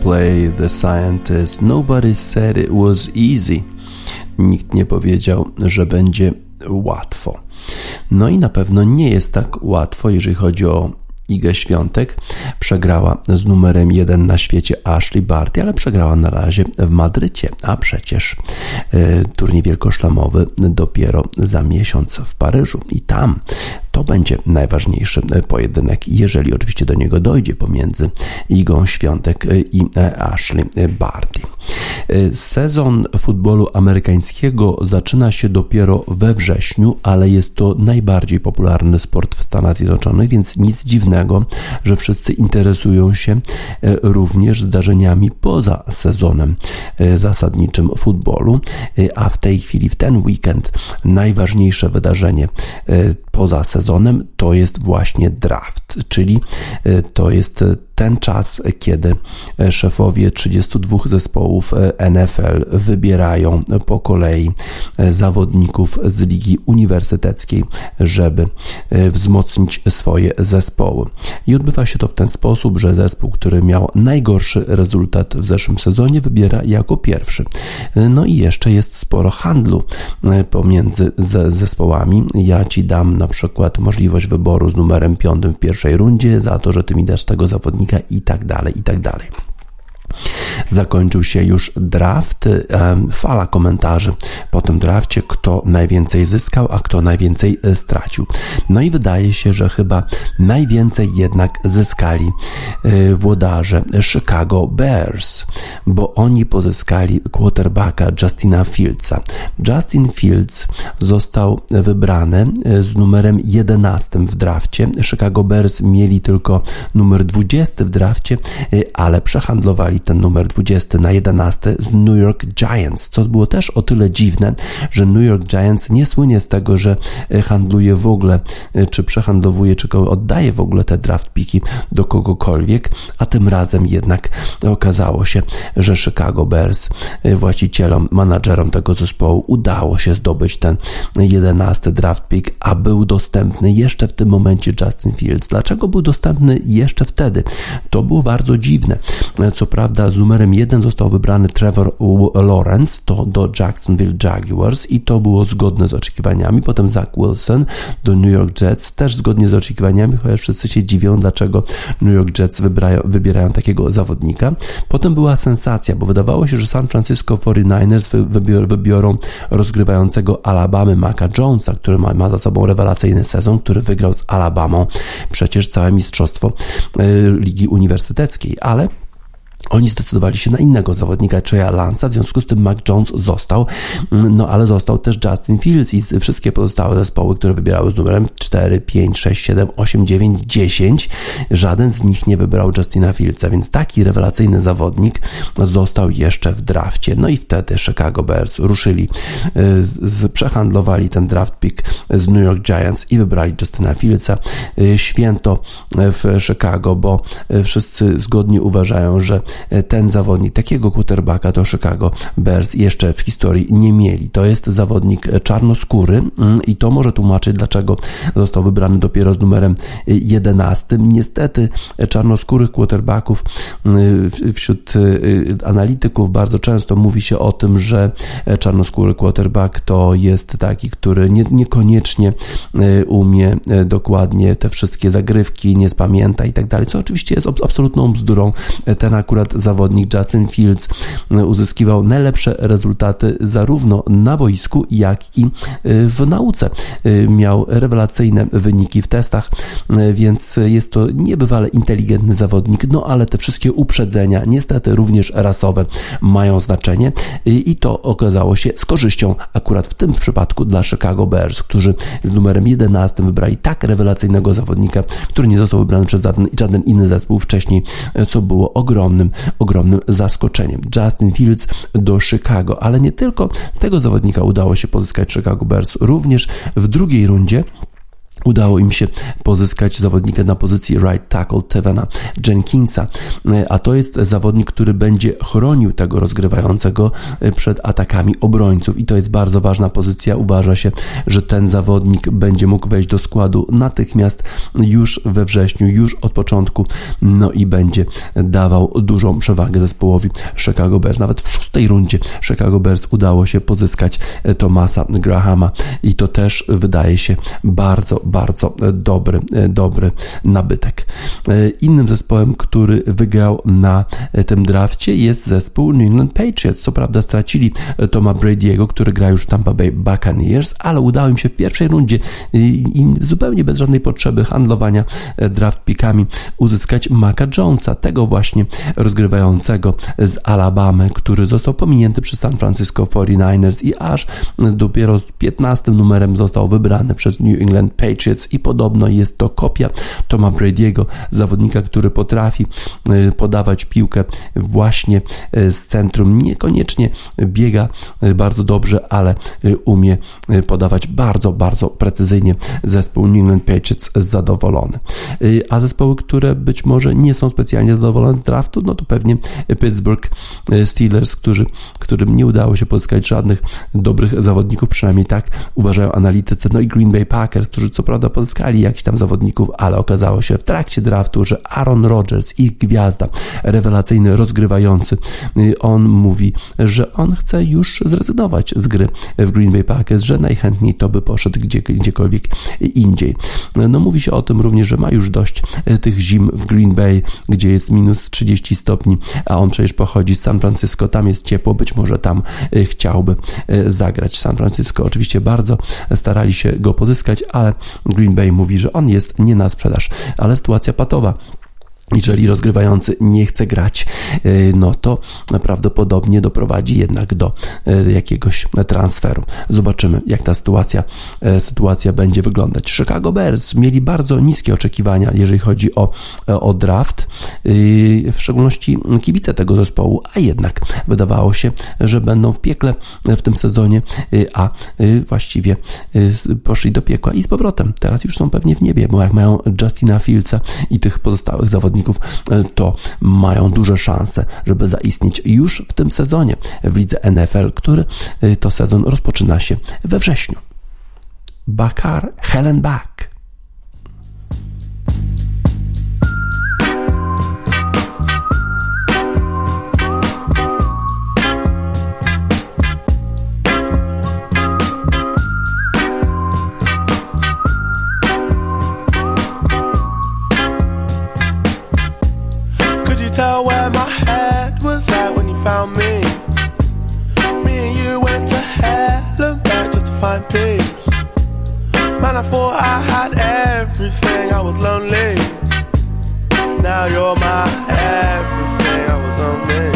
play the scientist. Nobody said it was easy. Nikt nie powiedział, że będzie łatwo. No i na pewno nie jest tak łatwo, jeżeli chodzi o Igę Świątek. Przegrała z numerem jeden na świecie Ashley Barty, ale przegrała na razie w Madrycie, a przecież y, turniej wielkoszlemowy dopiero za miesiąc w Paryżu i tam to będzie najważniejszy pojedynek, jeżeli oczywiście do niego dojdzie, pomiędzy Igą Świątek i Ashley Barty. Sezon futbolu amerykańskiego zaczyna się dopiero we wrześniu, ale jest to najbardziej popularny sport w Stanach Zjednoczonych, więc nic dziwnego, że wszyscy interesują się również zdarzeniami poza sezonem zasadniczym futbolu, a w tej chwili, w ten weekend, najważniejsze wydarzenie poza sezonem to jest właśnie draft, czyli to jest ten czas, kiedy szefowie trzydziestu dwóch zespołów N F L wybierają po kolei zawodników z ligi uniwersyteckiej, żeby wzmocnić swoje zespoły. I odbywa się to w ten sposób, że zespół, który miał najgorszy rezultat w zeszłym sezonie, wybiera jako pierwszy. No i jeszcze jest sporo handlu pomiędzy zespołami. Ja Ci dam na przykład możliwość wyboru z numerem piątym w pierwszej rundzie za to, że Ty mi dasz tego zawodnika i tak dalej, i tak dalej. Zakończył się już draft, fala komentarzy po tym drafcie, kto najwięcej zyskał, a kto najwięcej stracił. No i wydaje się, że chyba najwięcej jednak zyskali włodarze Chicago Bears, bo oni pozyskali quarterbacka Justina Fieldsa. Justin Fields został wybrany z numerem jedenastym w drafcie. Chicago Bears mieli tylko numer dwudziesty w drafcie, ale przehandlowali ten numer dwudziesty na jedenasty z New York Giants, co było też o tyle dziwne, że New York Giants nie słynie z tego, że handluje w ogóle, czy przehandlowuje, czy oddaje w ogóle te draft piki do kogokolwiek, a tym razem jednak okazało się, że Chicago Bears, właścicielom, menadżerom tego zespołu udało się zdobyć ten jedenasty draft pick, a był dostępny jeszcze w tym momencie Justin Fields. Dlaczego był dostępny jeszcze wtedy? To było bardzo dziwne. Co prawda z numerem jeden został wybrany Trevor Lawrence, to do Jacksonville Jaguars i to było zgodne z oczekiwaniami. Potem Zach Wilson do New York Jets, też zgodnie z oczekiwaniami, chociaż wszyscy się dziwią, dlaczego New York Jets wybierają, wybierają takiego zawodnika. Potem była sensacja, bo wydawało się, że San Francisco forty-niners wybior, wybiorą rozgrywającego Alabamy Maca Jonesa, który ma, ma za sobą rewelacyjny sezon, który wygrał z Alabamą przecież całe mistrzostwo y, Ligi Uniwersyteckiej, ale oni zdecydowali się na innego zawodnika, Treya Lance'a, w związku z tym Mac Jones został, no ale został też Justin Fields i wszystkie pozostałe zespoły, które wybierały z numerem cztery, pięć, sześć, siedem, osiem, dziewięć, dziesięć, żaden z nich nie wybrał Justina Fieldsa, więc taki rewelacyjny zawodnik został jeszcze w drafcie. No i wtedy Chicago Bears ruszyli, z, przehandlowali ten draft pick z New York Giants i wybrali Justina Fieldsa. Święto w Chicago, bo wszyscy zgodnie uważają, że ten zawodnik, takiego quarterbacka to Chicago Bears jeszcze w historii nie mieli. To jest zawodnik czarnoskóry i to może tłumaczyć, dlaczego został wybrany dopiero z numerem jedenastym. Niestety czarnoskórych quarterbacków wśród analityków bardzo często mówi się o tym, że czarnoskóry quarterback to jest taki, który nie, niekoniecznie umie dokładnie te wszystkie zagrywki, nie spamięta i tak dalej, co oczywiście jest absolutną bzdurą. Ten akurat zawodnik Justin Fields uzyskiwał najlepsze rezultaty zarówno na boisku, jak i w nauce. Miał rewelacyjne wyniki w testach, więc jest to niebywale inteligentny zawodnik, no ale te wszystkie uprzedzenia, niestety również rasowe, mają znaczenie i to okazało się z korzyścią akurat w tym przypadku dla Chicago Bears, którzy z numerem jedenastym wybrali tak rewelacyjnego zawodnika, który nie został wybrany przez żaden, żaden inny zespół wcześniej, co było ogromnym, ogromnym zaskoczeniem. Justin Fields do Chicago, ale nie tylko tego zawodnika udało się pozyskać Chicago Bears, również w drugiej rundzie udało im się pozyskać zawodnika na pozycji right tackle Tevana Jenkinsa, a to jest zawodnik, który będzie chronił tego rozgrywającego przed atakami obrońców i to jest bardzo ważna pozycja. Uważa się, że ten zawodnik będzie mógł wejść do składu natychmiast już we wrześniu, już od początku, no i będzie dawał dużą przewagę zespołowi Chicago Bears. Nawet w szóstej rundzie Chicago Bears udało się pozyskać Thomasa Grahama i to też wydaje się bardzo, bardzo dobry, dobry nabytek. Innym zespołem, który wygrał na tym drafcie, jest zespół New England Patriots. Co prawda stracili Toma Brady'ego, który gra już w Tampa Bay Buccaneers, ale udało im się w pierwszej rundzie i zupełnie bez żadnej potrzeby handlowania draft pickami uzyskać Maca Jonesa, tego właśnie rozgrywającego z Alabamy, który został pominięty przez San Francisco forty-niners i aż dopiero z piętnastym numerem został wybrany przez New England Patriots i podobno jest to kopia Toma Brady'ego, zawodnika, który potrafi podawać piłkę właśnie z centrum. Niekoniecznie biega bardzo dobrze, ale umie podawać bardzo, bardzo precyzyjnie. Zespół New England Patriots zadowolony. A zespoły, które być może nie są specjalnie zadowolone z draftu, no to pewnie Pittsburgh Steelers, którzy, którym nie udało się pozyskać żadnych dobrych zawodników, przynajmniej tak uważają analitycy. No i Green Bay Packers, którzy co prawda pozyskali jakichś tam zawodników, ale okazało się w trakcie draftu, że Aaron Rodgers, ich gwiazda, rewelacyjny rozgrywający, on mówi, że on chce już zrezygnować z gry w Green Bay Packers, że najchętniej to by poszedł gdzie, gdziekolwiek indziej. No mówi się o tym również, że ma już dość tych zim w Green Bay, gdzie jest minus trzydzieści stopni, a on przecież pochodzi z San Francisco, tam jest ciepło, być może tam chciałby zagrać. San Francisco oczywiście bardzo starali się go pozyskać, ale Green Bay mówi, że on jest nie na sprzedaż, ale sytuacja patowa. Jeżeli rozgrywający nie chce grać, no to prawdopodobnie doprowadzi jednak do jakiegoś transferu. Zobaczymy, jak ta sytuacja, sytuacja będzie wyglądać. Chicago Bears mieli bardzo niskie oczekiwania, jeżeli chodzi o, o draft, w szczególności kibice tego zespołu, a jednak wydawało się, że będą w piekle w tym sezonie, a właściwie poszli do piekła i z powrotem. Teraz już są pewnie w niebie, bo jak mają Justina Fieldsa i tych pozostałych zawodników, to mają duże szanse, żeby zaistnieć już w tym sezonie w lidze N F L, który to sezon rozpoczyna się we wrześniu. Bakar Hellenbach. Tell where my head was at when you found me. Me and you went to hell and back just to find peace. Man, I thought I had everything, I was lonely. Now you're my everything, I was lonely.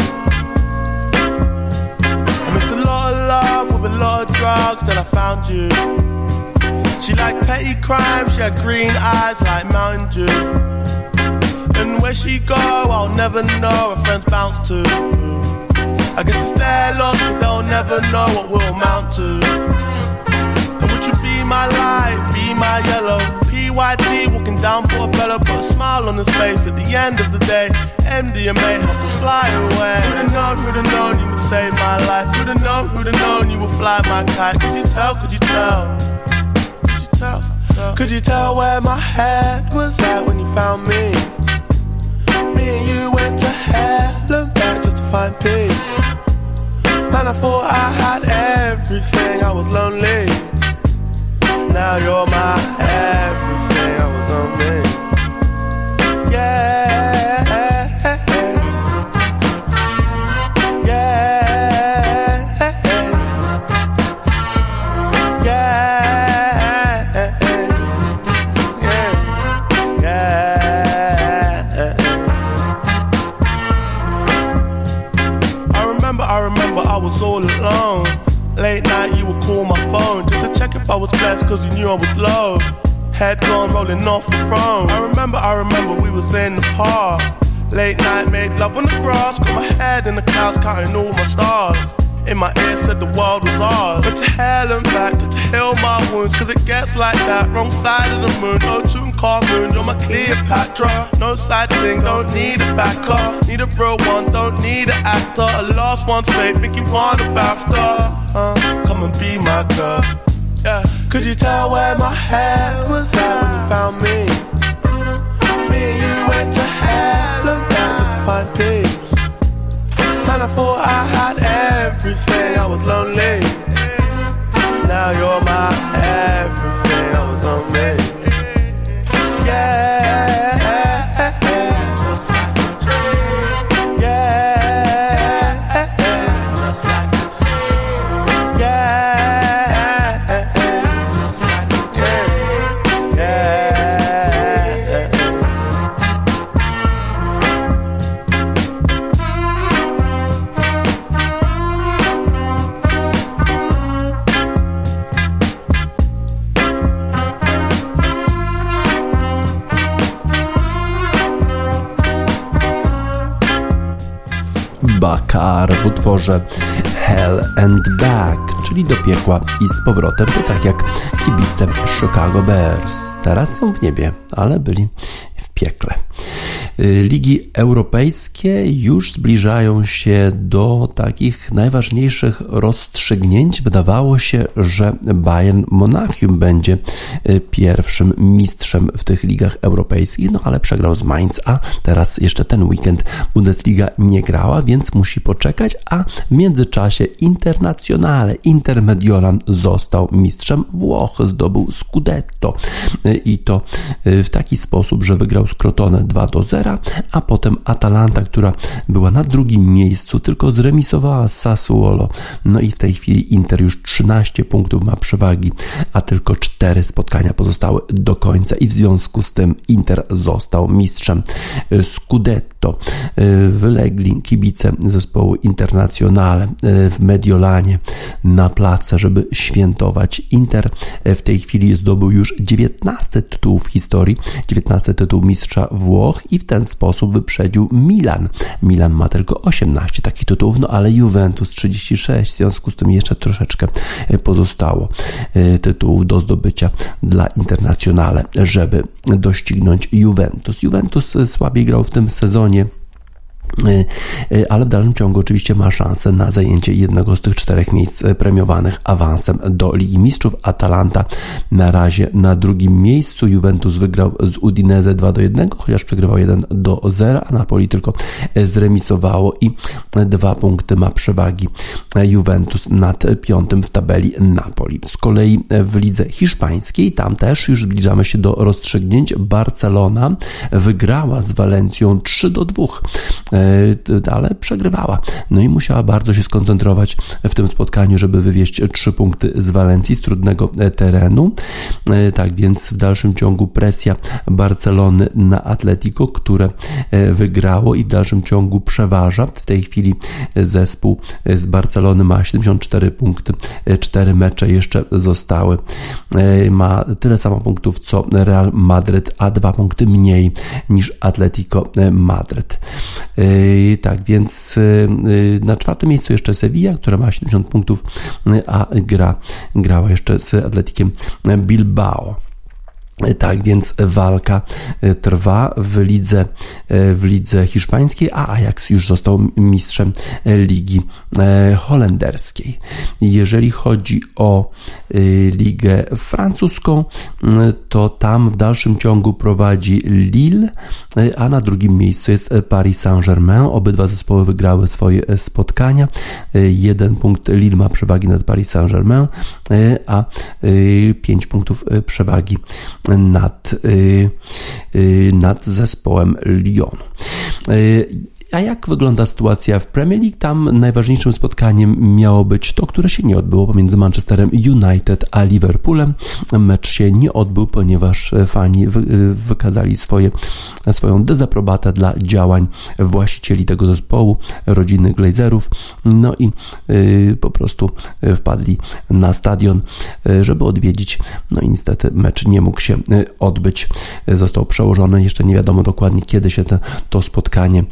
I missed a lot of love with a lot of drugs, then I found you. She liked petty crime, she had green eyes like Mountain Dew. And where she go, I'll never know, her friends bounce to. I guess it's their loss, cause they'll never know what we'll amount to. And would you be my light, be my yellow? P Y T walking down Portobello, put a smile on his face at the end of the day. M D M A helped us fly away. Who'd have known, who'd have known you would save my life? Who'd have known, who'd have known you would fly my kite? Could you tell, could you tell? Could you tell? Could you tell where my head was at when you found me? Me and you went to hell and back just to find peace. Man, I thought I had everything, I was lonely. Now you're my everything, I was lonely. Yeah, yeah, yeah, yeah, yeah. I remember I was all alone. Late night you would call my phone just to check if I was blessed, cause you knew I was low. Head gone rolling off the throne. I remember, I remember we was in the park. Late night made love on the grass. Got my head in the clouds counting all my stars. in my ear said the world was ours. Went to hell and back just to heal my wounds, cause it gets like that, wrong side of the moon. No Tutankhamun, you're my Cleopatra. No side thing, don't need a backer. Need a real one, don't need an actor. A lost one's faith, think you want a BAFTA. uh, Come and be my girl, yeah. Could you tell where my head was at when you found me? Me and you went to hell and back just to find peace. Man, I thought I had everything, I was lonely. Now you're my everything, I was lonely. Yeah, yeah, yeah, Bakar w utworze Hell and Back, czyli do piekła i z powrotem, to tak jak kibice Chicago Bears. Teraz są w niebie, ale byli w piekle. Ligi europejskie już zbliżają się do takich najważniejszych rozstrzygnięć. Wydawało się, że Bayern Monachium będzie pierwszym mistrzem w tych ligach europejskich, no ale przegrał z Mainz, a teraz jeszcze ten weekend Bundesliga nie grała, więc musi poczekać, a w międzyczasie Internazionale, Inter Mediolan został mistrzem Włoch, zdobył Scudetto i to w taki sposób, że wygrał z Crotone dwa do zera, a potem Atalanta, która była na drugim miejscu, tylko zremisowała z Sassuolo. No i w tej chwili Inter już trzynaście punktów ma przewagi, a tylko cztery spotkania pozostały do końca i w związku z tym Inter został mistrzem. Scudetto wylegli kibice zespołu Internazionale w Mediolanie na place, żeby świętować. Inter w tej chwili zdobył już dziewiętnasty tytuł w historii, dziewiętnasty tytuł mistrza Włoch i w ten sposób wyprzedził Milan. Milan ma tylko osiemnaście takich tytułów, no ale Juventus trzydzieści sześć, w związku z tym jeszcze troszeczkę pozostało tytułów do zdobycia dla Internazionale, żeby doścignąć Juventus. Juventus słabiej grał w tym sezonie, ale w dalszym ciągu oczywiście ma szansę na zajęcie jednego z tych czterech miejsc premiowanych awansem do Ligi Mistrzów. Atalanta na razie na drugim miejscu. Juventus wygrał z Udinese dwa do jednego, chociaż przegrywał jeden do zera, a Napoli tylko zremisowało i dwa punkty ma przewagi Juventus nad piątym w tabeli Napoli. Z kolei w lidze hiszpańskiej, tam też już zbliżamy się do rozstrzygnięć. Barcelona wygrała z Walencją trzy do dwóch, ale przegrywała. No i musiała bardzo się skoncentrować w tym spotkaniu, żeby wywieźć trzy punkty z Walencji, z trudnego terenu. Tak więc w dalszym ciągu presja Barcelony na Atletico, które wygrało i w dalszym ciągu przeważa. W tej chwili zespół z Barcelony ma siedemdziesiąt cztery punkty, cztery mecze jeszcze zostały. Ma tyle samo punktów co Real Madryt, a dwa punkty mniej niż Atletico Madryt. Tak więc na czwartym miejscu jeszcze Sevilla, która ma siedemdziesiąt punktów, a gra, grała jeszcze z Atletikiem Bilbao. Tak więc walka trwa w lidze, w lidze hiszpańskiej, a Ajax już został mistrzem ligi holenderskiej. Jeżeli chodzi o ligę francuską, to tam w dalszym ciągu prowadzi Lille, a na drugim miejscu jest Paris Saint-Germain. Obydwa zespoły wygrały swoje spotkania. Jeden punkt Lille ma przewagi nad Paris Saint-Germain, a pięć punktów przewagi nad, nad zespołem Lyonu. A jak wygląda sytuacja w Premier League? Tam najważniejszym spotkaniem miało być to, które się nie odbyło pomiędzy Manchesterem United a Liverpoolem. Mecz się nie odbył, ponieważ fani wy- wykazali swoje, swoją dezaprobatę dla działań właścicieli tego zespołu, rodziny Glazerów, no i yy, po prostu wpadli na stadion, yy, żeby odwiedzić. No i niestety mecz nie mógł się yy, odbyć. Yy, został przełożony, jeszcze nie wiadomo dokładnie, kiedy się te, to spotkanie yy,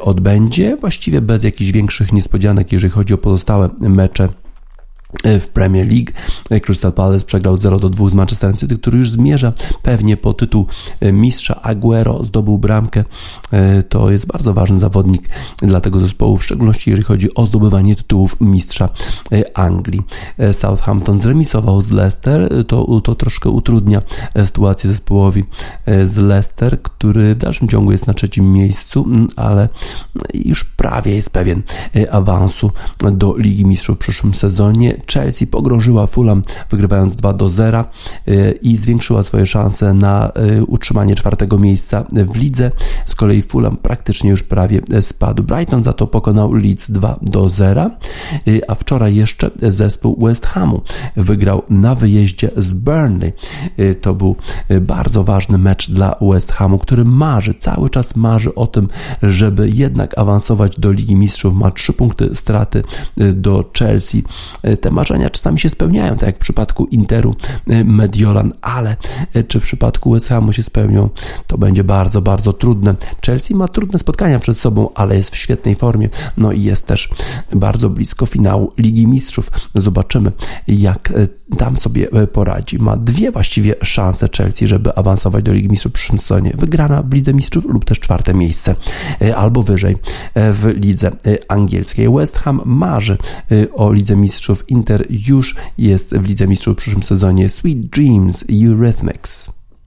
odbędzie, właściwie bez jakichś większych niespodzianek, jeżeli chodzi o pozostałe mecze w Premier League. Crystal Palace przegrał zero do dwóch z Manchesterem City, który już zmierza pewnie po tytuł mistrza. Aguero zdobył bramkę. To jest bardzo ważny zawodnik dla tego zespołu, w szczególności jeżeli chodzi o zdobywanie tytułów mistrza Anglii. Southampton zremisował z Leicester. To, to troszkę utrudnia sytuację zespołowi z Leicester, który w dalszym ciągu jest na trzecim miejscu, ale już prawie jest pewien awansu do Ligi Mistrzów w przyszłym sezonie. Chelsea pogrążyła Fulham, wygrywając dwa do zera i zwiększyła swoje szanse na utrzymanie czwartego miejsca w lidze. Z kolei Fulham praktycznie już prawie spadł. Brighton za to pokonał Leeds dwa do zera, a wczoraj jeszcze zespół West Hamu wygrał na wyjeździe z Burnley. To był bardzo ważny mecz dla West Hamu, który marzy, cały czas marzy o tym, żeby jednak awansować do Ligi Mistrzów. Ma trzy punkty straty do Chelsea. Te marzenia czasami się spełniają, tak jak w przypadku Interu Mediolan, ale czy w przypadku West Hamu się spełnią, to będzie bardzo, bardzo trudne. Chelsea ma trudne spotkania przed sobą, ale jest w świetnej formie, no i jest też bardzo blisko finału Ligi Mistrzów. Zobaczymy, jak tam sobie poradzi. Ma dwie właściwie szanse Chelsea, żeby awansować do Ligi Mistrzów w przyszłym sezonie. Wygrana w Lidze Mistrzów lub też czwarte miejsce albo wyżej w lidze angielskiej. West Ham marzy o Lidze Mistrzów. Inter już jest w Lidze Mistrzów w przyszłym sezonie. Sweet Dreams, Eurythmics.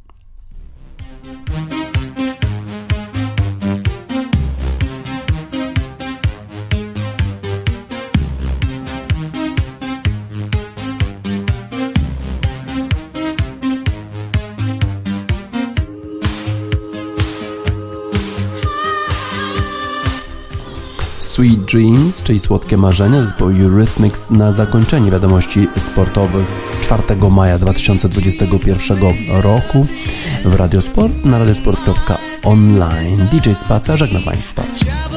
Sweet Dreams, czyli Słodkie Marzenia, zespołu Eurythmics na zakończenie wiadomości sportowych czwartego maja dwa tysiące dwudziestego pierwszego roku w Radiosport na radiosport kropka online. D J Spaca żegna Państwa.